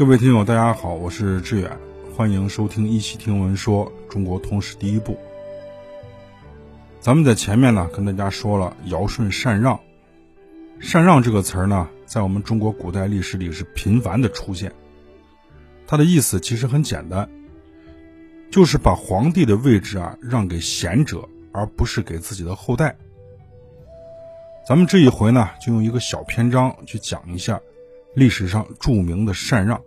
各位听友大家好，我是志远，欢迎收听一期听闻说中国通史第一部。咱们在前面呢跟大家说了尧舜禅让。禅让这个词儿呢，在我们中国古代历史里是频繁的出现。它的意思其实很简单，就是把皇帝的位置让给贤者，而不是给自己的后代。咱们这一回呢，就用一个小篇章去讲一下历史上著名的禅让。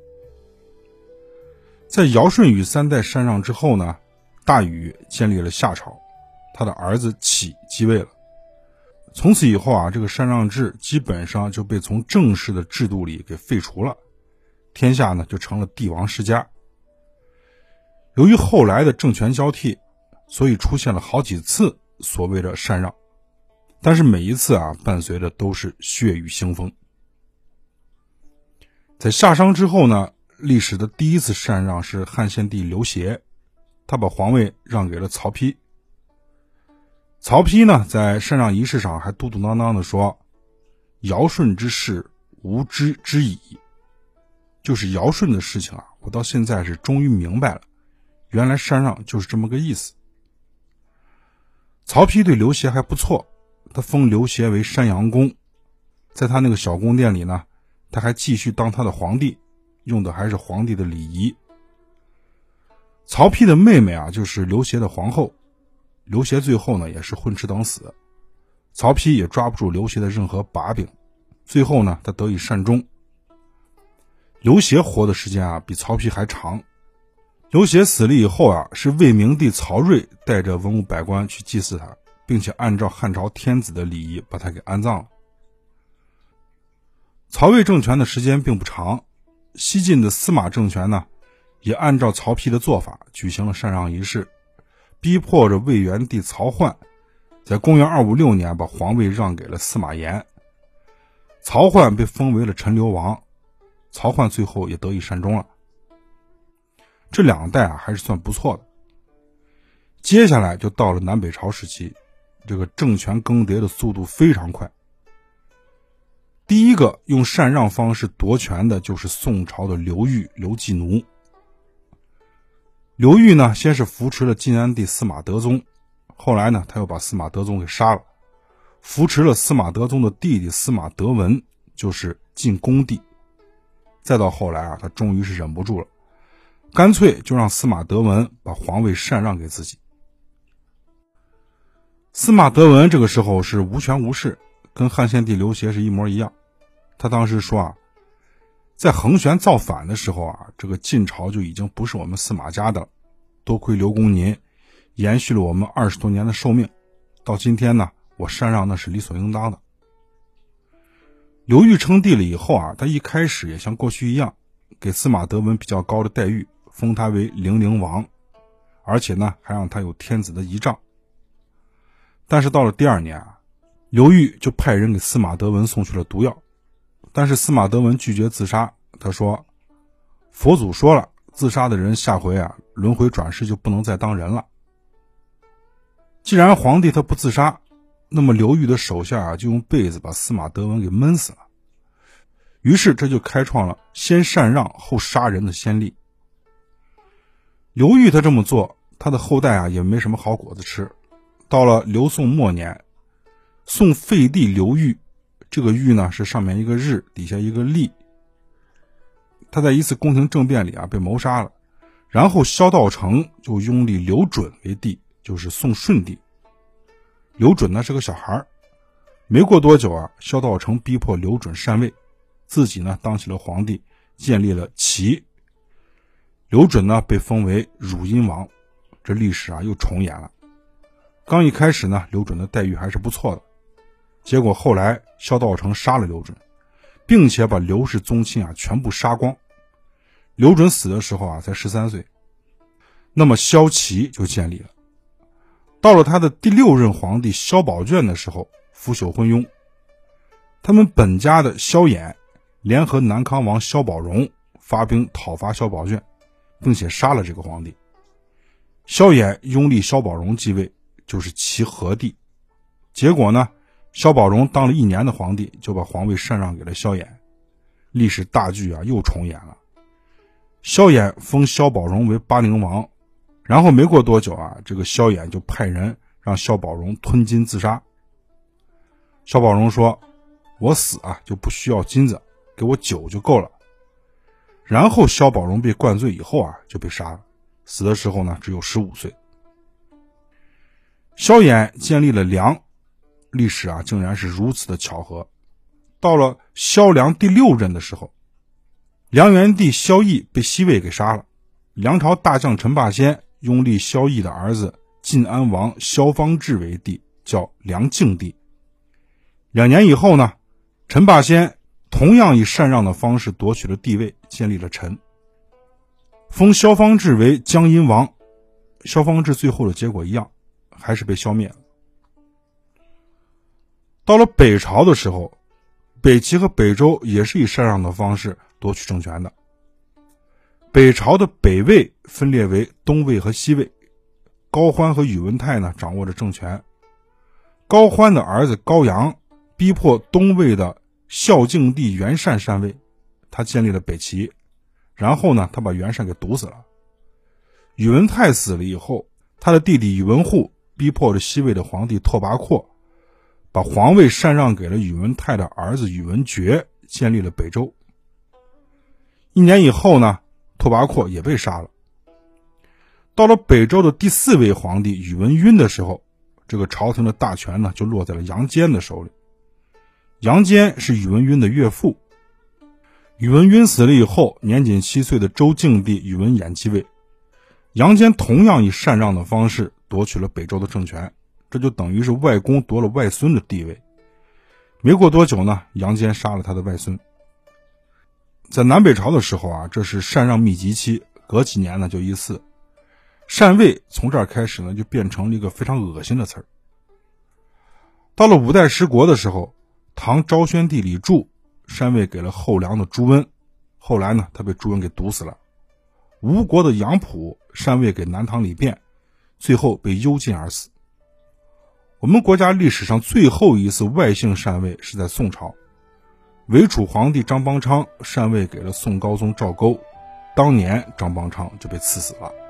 在尧舜禹三代禅让之后呢，大禹建立了夏朝，他的儿子启继位了。从此以后这个禅让制基本上就被从正式的制度里给废除了，天下呢就成了帝王世家。由于后来的政权交替，所以出现了好几次所谓的禅让，但是每一次伴随的都是血雨腥风。在夏商之后呢，历史的第一次禅让是汉献帝刘协，他把皇位让给了曹丕。曹丕呢，在禅让仪式上还嘟嘟囔囔地说：“尧舜之事，吾知之矣。”就是尧舜的事情我到现在是终于明白了，原来禅让就是这么个意思。曹丕对刘协还不错，他封刘协为山阳公，在他那个小宫殿里呢，他还继续当他的皇帝，用的还是皇帝的礼仪。曹丕的妹妹就是刘协的皇后，刘协最后呢也是混吃等死，曹丕也抓不住刘协的任何把柄，最后呢他得以善终。刘协活的时间比曹丕还长。刘协死了以后是魏明帝曹睿带着文武百官去祭祀他，并且按照汉朝天子的礼仪把他给安葬了。曹魏政权的时间并不长，西晋的司马政权呢也按照曹丕的做法举行了禅让仪式，逼迫着魏元帝曹奂在公元256年把皇位让给了司马炎。曹奂被封为了陈留王，曹奂最后也得以善终了。这两代还是算不错的。接下来就到了南北朝时期，这个政权更迭的速度非常快。第一个用禅让方式夺权的就是宋朝的刘裕、刘季奴。刘裕呢，先是扶持了晋安帝司马德宗，后来呢他又把司马德宗给杀了，扶持了司马德宗的弟弟司马德文，就是晋恭帝。再到后来他终于是忍不住了，干脆就让司马德文把皇位禅让给自己。司马德文这个时候是无权无势，跟汉献帝刘协是一模一样。他当时说在桓玄造反的时候这个晋朝就已经不是我们司马家的了，多亏刘公您延续了我们20多年的寿命，到今天呢，我禅让那是理所应当的。刘裕称帝了以后他一开始也像过去一样，给司马德文比较高的待遇，封他为零陵王，而且呢还让他有天子的仪仗。但是到了第2年刘裕就派人给司马德文送去了毒药，但是司马德文拒绝自杀，他说佛祖说了，自杀的人下回轮回转世就不能再当人了。既然皇帝他不自杀，那么刘裕的手下就用被子把司马德文给闷死了。于是这就开创了先禅让后杀人的先例。刘裕他这么做，他的后代也没什么好果子吃。到了刘宋末年，宋废帝刘裕，这个裕呢是上面一个日底下一个立，他在一次宫廷政变里被谋杀了，然后萧道成就拥立刘准为帝，就是宋顺帝。刘准呢是个小孩，没过多久萧道成逼迫刘准禅位，自己呢当起了皇帝，建立了齐。刘准呢被封为汝阴王，这历史又重演了。刚一开始呢，刘准的待遇还是不错的，结果后来萧道成杀了刘准，并且把刘氏宗亲全部杀光。刘准死的时候才13岁，那么萧齐就建立了。到了他的第6任皇帝萧宝卷的时候，腐朽昏庸，他们本家的萧衍联合南康王萧宝融发兵讨伐萧宝卷，并且杀了这个皇帝。萧衍拥立萧宝融继位，就是齐和帝。结果呢，萧宝融当了1年的皇帝，就把皇位禅让给了萧衍。历史大剧又重演了。 萧衍封萧宝荣为巴陵王，然后没过多久啊，这个萧衍就派人让萧宝荣吞金自杀。萧宝荣说，我死啊就不需要金子，给我酒就够了。然后萧宝荣被灌醉以后啊就被杀了，死的时候呢只有15岁。萧衍建立了梁，历史啊竟然是如此的巧合。到了萧梁第6任的时候，梁元帝萧绎被西魏给杀了，梁朝大将陈霸先拥立萧绎的儿子晋安王萧方智为帝，叫梁敬帝。2年以后呢，陈霸先同样以禅让的方式夺取了帝位，建立了陈，封萧方智为江阴王。萧方智最后的结果一样，还是被消灭了。到了北朝的时候，北齐和北周也是以禅让的方式夺取政权的。北朝的北魏分裂为东魏和西魏，高欢和宇文泰呢掌握着政权。高欢的儿子高阳逼迫东魏的孝敬帝袁善禅位，他建立了北齐，然后呢他把袁善给毒死了。宇文泰死了以后，他的弟弟宇文护逼迫着西魏的皇帝拓跋廓，把皇位禅让给了宇文泰的儿子宇文觉，建立了北周。1年以后呢，拓跋廓也被杀了。到了北周的第4位皇帝宇文赟的时候，这个朝廷的大权呢就落在了杨坚的手里。杨坚是宇文赟的岳父。宇文赟死了以后，年仅7岁的周敬帝宇文衍继位。杨坚同样以禅让的方式夺取了北周的政权，这就等于是外公夺了外孙的地位。没过多久呢，杨坚杀了他的外孙。在南北朝的时候啊，这是禅让密集期，隔几年呢就一次。禅位从这儿开始呢就变成了一个非常恶心的词儿。到了5代十国的时候，唐昭宣帝李柱禅位给了后梁的朱温，后来呢他被朱温给毒死了。吴国的杨溥禅位给南唐李昪，最后被幽禁而死。我们国家历史上最后一次外姓禅位是在宋朝，伪楚皇帝张邦昌禅位给了宋高宗赵构，当年张邦昌就被赐死了。